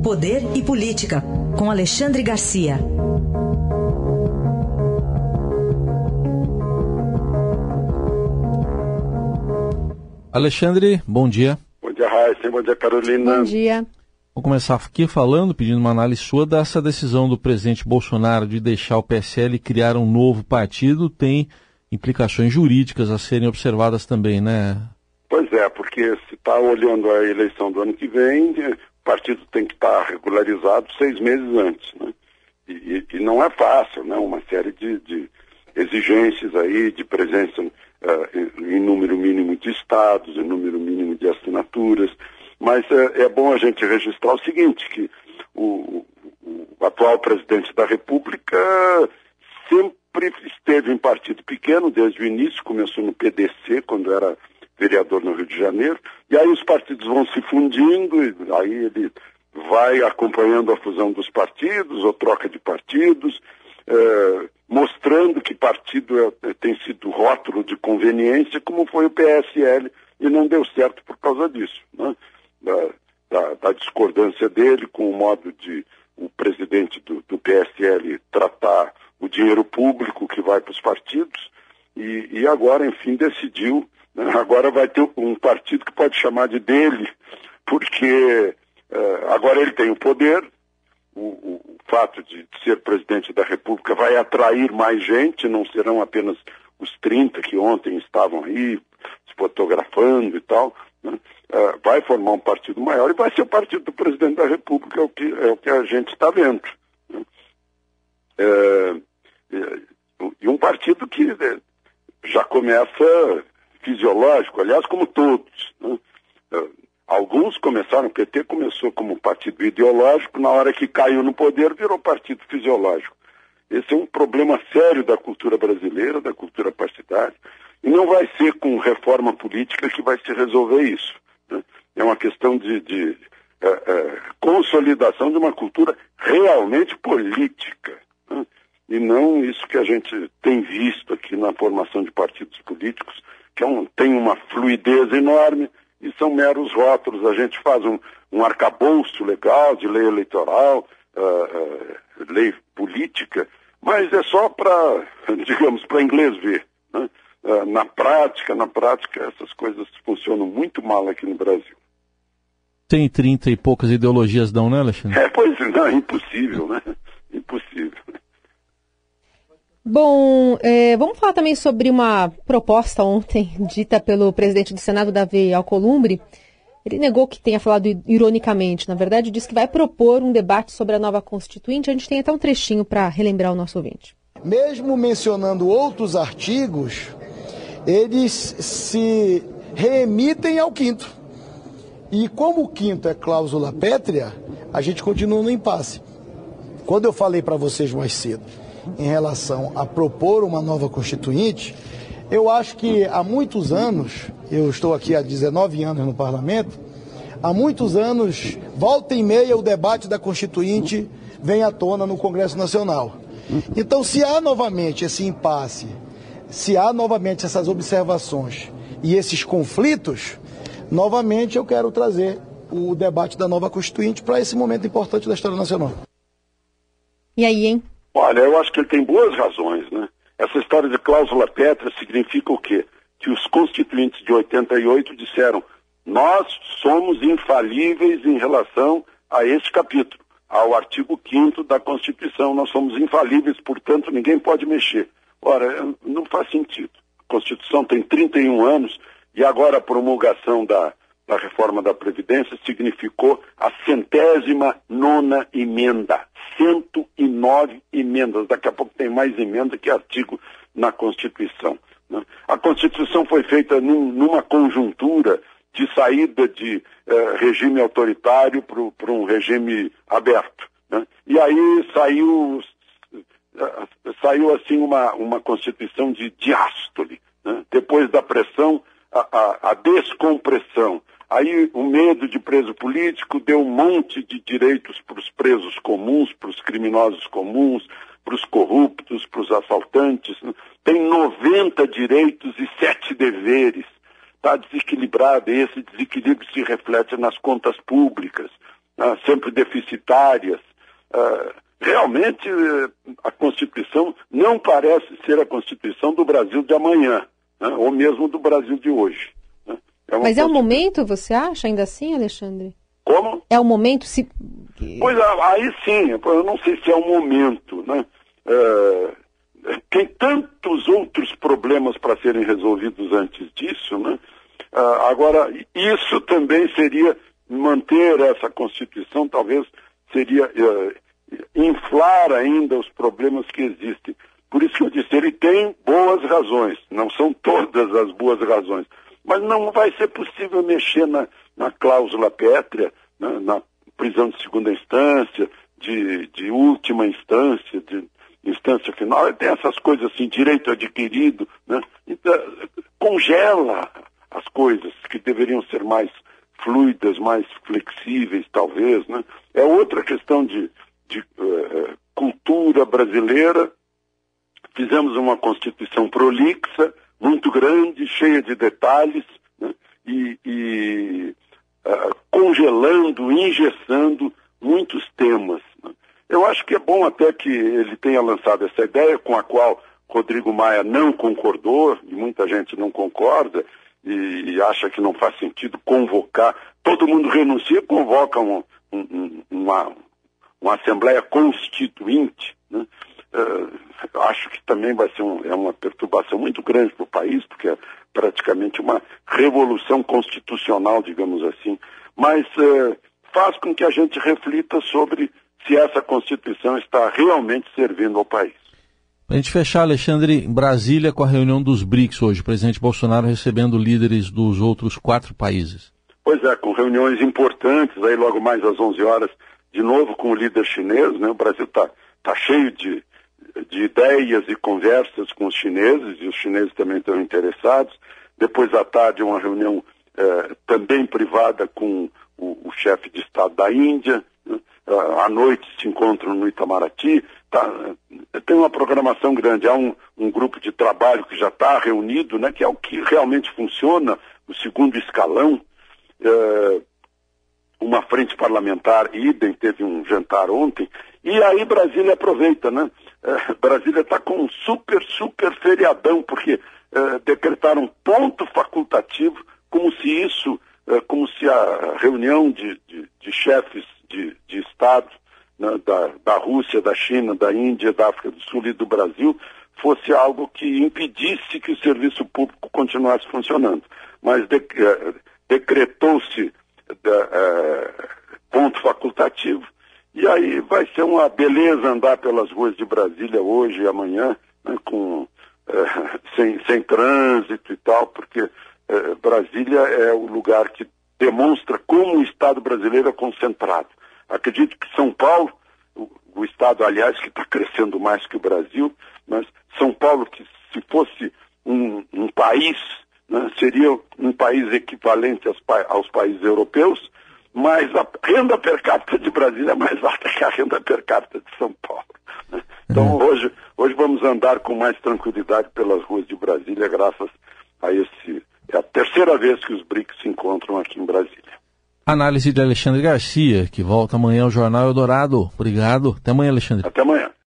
Poder e Política, com Alexandre Garcia. Alexandre, bom dia. Bom dia, Raíssa. Bom dia, Carolina. Bom dia. Vou começar aqui pedindo uma análise sua dessa decisão do presidente Bolsonaro de deixar o PSL e criar um novo partido. Tem implicações jurídicas a serem observadas também, né? Pois é, porque se está olhando a eleição do ano que vem, o partido tem que estar regularizado 6 meses antes, né? E não é fácil, né? Uma série de exigências aí, de presença em número mínimo de estados, em número mínimo de assinaturas. Mas é bom a gente registrar o seguinte, que o atual presidente da República sempre esteve em partido pequeno, desde o início, começou no PDC, quando era vereador no Rio de Janeiro, e aí os partidos vão se fundindo, e aí ele vai acompanhando a fusão dos partidos, ou troca de partidos, mostrando que partido tem sido rótulo de conveniência, como foi o PSL, e não deu certo por causa disso, né? Da discordância dele com o modo de o presidente do PSL tratar o dinheiro público que vai para os partidos, e agora, enfim, decidiu, né? Agora vai ter um partido que pode chamar de dele, porque agora ele tem o poder. O fato de ser presidente da República vai atrair mais gente, não serão apenas os 30 que ontem estavam aí se fotografando e tal, né? Vai formar um partido maior e vai ser o partido do presidente da República, é o que a gente está vendo, né? E um partido que já começa fisiológico, aliás, como todos, né? Alguns começaram, o PT começou como partido ideológico, na hora que caiu no poder virou partido fisiológico. Esse é um problema sério da cultura brasileira, da cultura partidária, e não vai ser com reforma política que vai se resolver isso, né? É uma questão de consolidação de uma cultura realmente política, né? E não isso que a gente tem visto aqui na formação de partidos políticos, que tem uma fluidez enorme, e são meros rótulos. A gente faz um arcabouço legal de lei eleitoral, lei política, mas é só para, digamos, para inglês ver, né? Na prática, essas coisas funcionam muito mal aqui no Brasil. Tem 30 e poucas ideologias não, né, Alexandre? Pois não, é impossível, né? Impossível. Bom, vamos falar também sobre uma proposta ontem dita pelo presidente do Senado, Davi Alcolumbre. Ele negou que tenha falado ironicamente. Na verdade, disse que vai propor um debate sobre a nova Constituinte. A gente tem até um trechinho para relembrar o nosso ouvinte. Mesmo mencionando outros artigos, eles se reemitem ao 5º. E como o 5º é cláusula pétrea, a gente continua no impasse. Quando eu falei para vocês mais cedo em relação a propor uma nova Constituinte, eu acho que há muitos anos, eu estou aqui há 19 anos no Parlamento, há muitos anos, volta e meia, o debate da Constituinte vem à tona no Congresso Nacional. Então, se há novamente esse impasse, se há novamente essas observações e esses conflitos, novamente eu quero trazer o debate da nova Constituinte para esse momento importante da história nacional. E aí, hein? Olha, eu acho que ele tem boas razões, né? Essa história de cláusula pétrea significa o quê? Que os constituintes de 88 disseram: nós somos infalíveis em relação a este capítulo, ao artigo 5º da Constituição. Nós somos infalíveis, portanto, ninguém pode mexer. Ora, não faz sentido. A Constituição tem 31 anos e agora a promulgação da reforma da Previdência significou a 109ª emenda. 109 emendas. Daqui a pouco tem mais emenda que artigo na Constituição, né? A Constituição foi feita numa conjuntura de saída de regime autoritário para um regime aberto, né? E aí saiu assim uma Constituição de diástole, né? Depois da pressão, a descompressão. Aí o medo de preso político deu um monte de direitos para os presos comuns, para os criminosos comuns, para os corruptos, para os assaltantes. Tem 90 direitos e 7 deveres. Está desequilibrado, e esse desequilíbrio se reflete nas contas públicas. sempre deficitárias. Realmente, a Constituição não parece ser a Constituição do Brasil de amanhã, ou mesmo do Brasil de hoje. Mas é o momento, você acha, ainda assim, Alexandre? Como? É o momento se... Pois aí sim, eu não sei se é o momento, né? Tem tantos outros problemas para serem resolvidos antes disso, né? Agora, isso também seria manter essa Constituição, talvez seria inflar ainda os problemas que existem. Por isso que eu disse, ele tem boas razões, não são todas as boas razões, mas não vai ser possível mexer na cláusula pétrea, né? Na prisão de segunda instância, de última instância, de instância final, tem essas coisas assim, direito adquirido, né? Então, congela as coisas que deveriam ser mais fluidas, mais flexíveis, talvez, né? É outra questão de cultura brasileira. Fizemos uma Constituição prolixa, muito grande, cheia de detalhes, né? Congelando, engessando muitos temas, né? Eu acho que é bom até que ele tenha lançado essa ideia, com a qual Rodrigo Maia não concordou, e muita gente não concorda, e acha que não faz sentido convocar. Todo mundo renuncia, convoca uma Assembleia Constituinte, né? Acho que também vai ser uma perturbação muito grande para o país, porque é praticamente uma revolução constitucional, digamos assim. Mas faz com que a gente reflita sobre se essa Constituição está realmente servindo ao país. Para a gente fechar, Alexandre, em Brasília com a reunião dos BRICS hoje, o presidente Bolsonaro recebendo líderes dos outros 4 países. Pois é, com reuniões importantes, aí logo mais às 11 horas, de novo com o líder chinês, né? O Brasil está cheio de ideias e conversas com os chineses, e os chineses também estão interessados. Depois à tarde, uma reunião também privada com o chefe de Estado da Índia, né? À noite se encontram no Itamaraty. Tem uma programação grande. Há um grupo de trabalho que já está reunido, né? Que é o que realmente funciona, o segundo escalão. Uma frente parlamentar, idem, teve um jantar ontem, e aí Brasília aproveita, né? Brasília está com um super feriadão, porque decretaram ponto facultativo, como se a reunião de chefes de Estado, né, da Rússia, da China, da Índia, da África do Sul e do Brasil, fosse algo que impedisse que o serviço público continuasse funcionando. Mas decretou-se ponto facultativo, e aí vai ser uma beleza andar pelas ruas de Brasília hoje e amanhã, né, sem trânsito e tal, porque Brasília é o lugar que demonstra como o Estado brasileiro é concentrado. Acredito que São Paulo, o Estado, aliás, que está crescendo mais que o Brasil, mas São Paulo, que se fosse um país, né, seria um país equivalente aos países europeus, mas a renda per capita de Brasília é mais alta que a renda per capita de São Paulo, né? Então hoje vamos andar com mais tranquilidade pelas ruas de Brasília, graças a é a terceira vez que os BRICS se encontram aqui em Brasília. Análise de Alexandre Garcia, que volta amanhã ao Jornal Eldorado. Obrigado. Até amanhã, Alexandre. Até amanhã.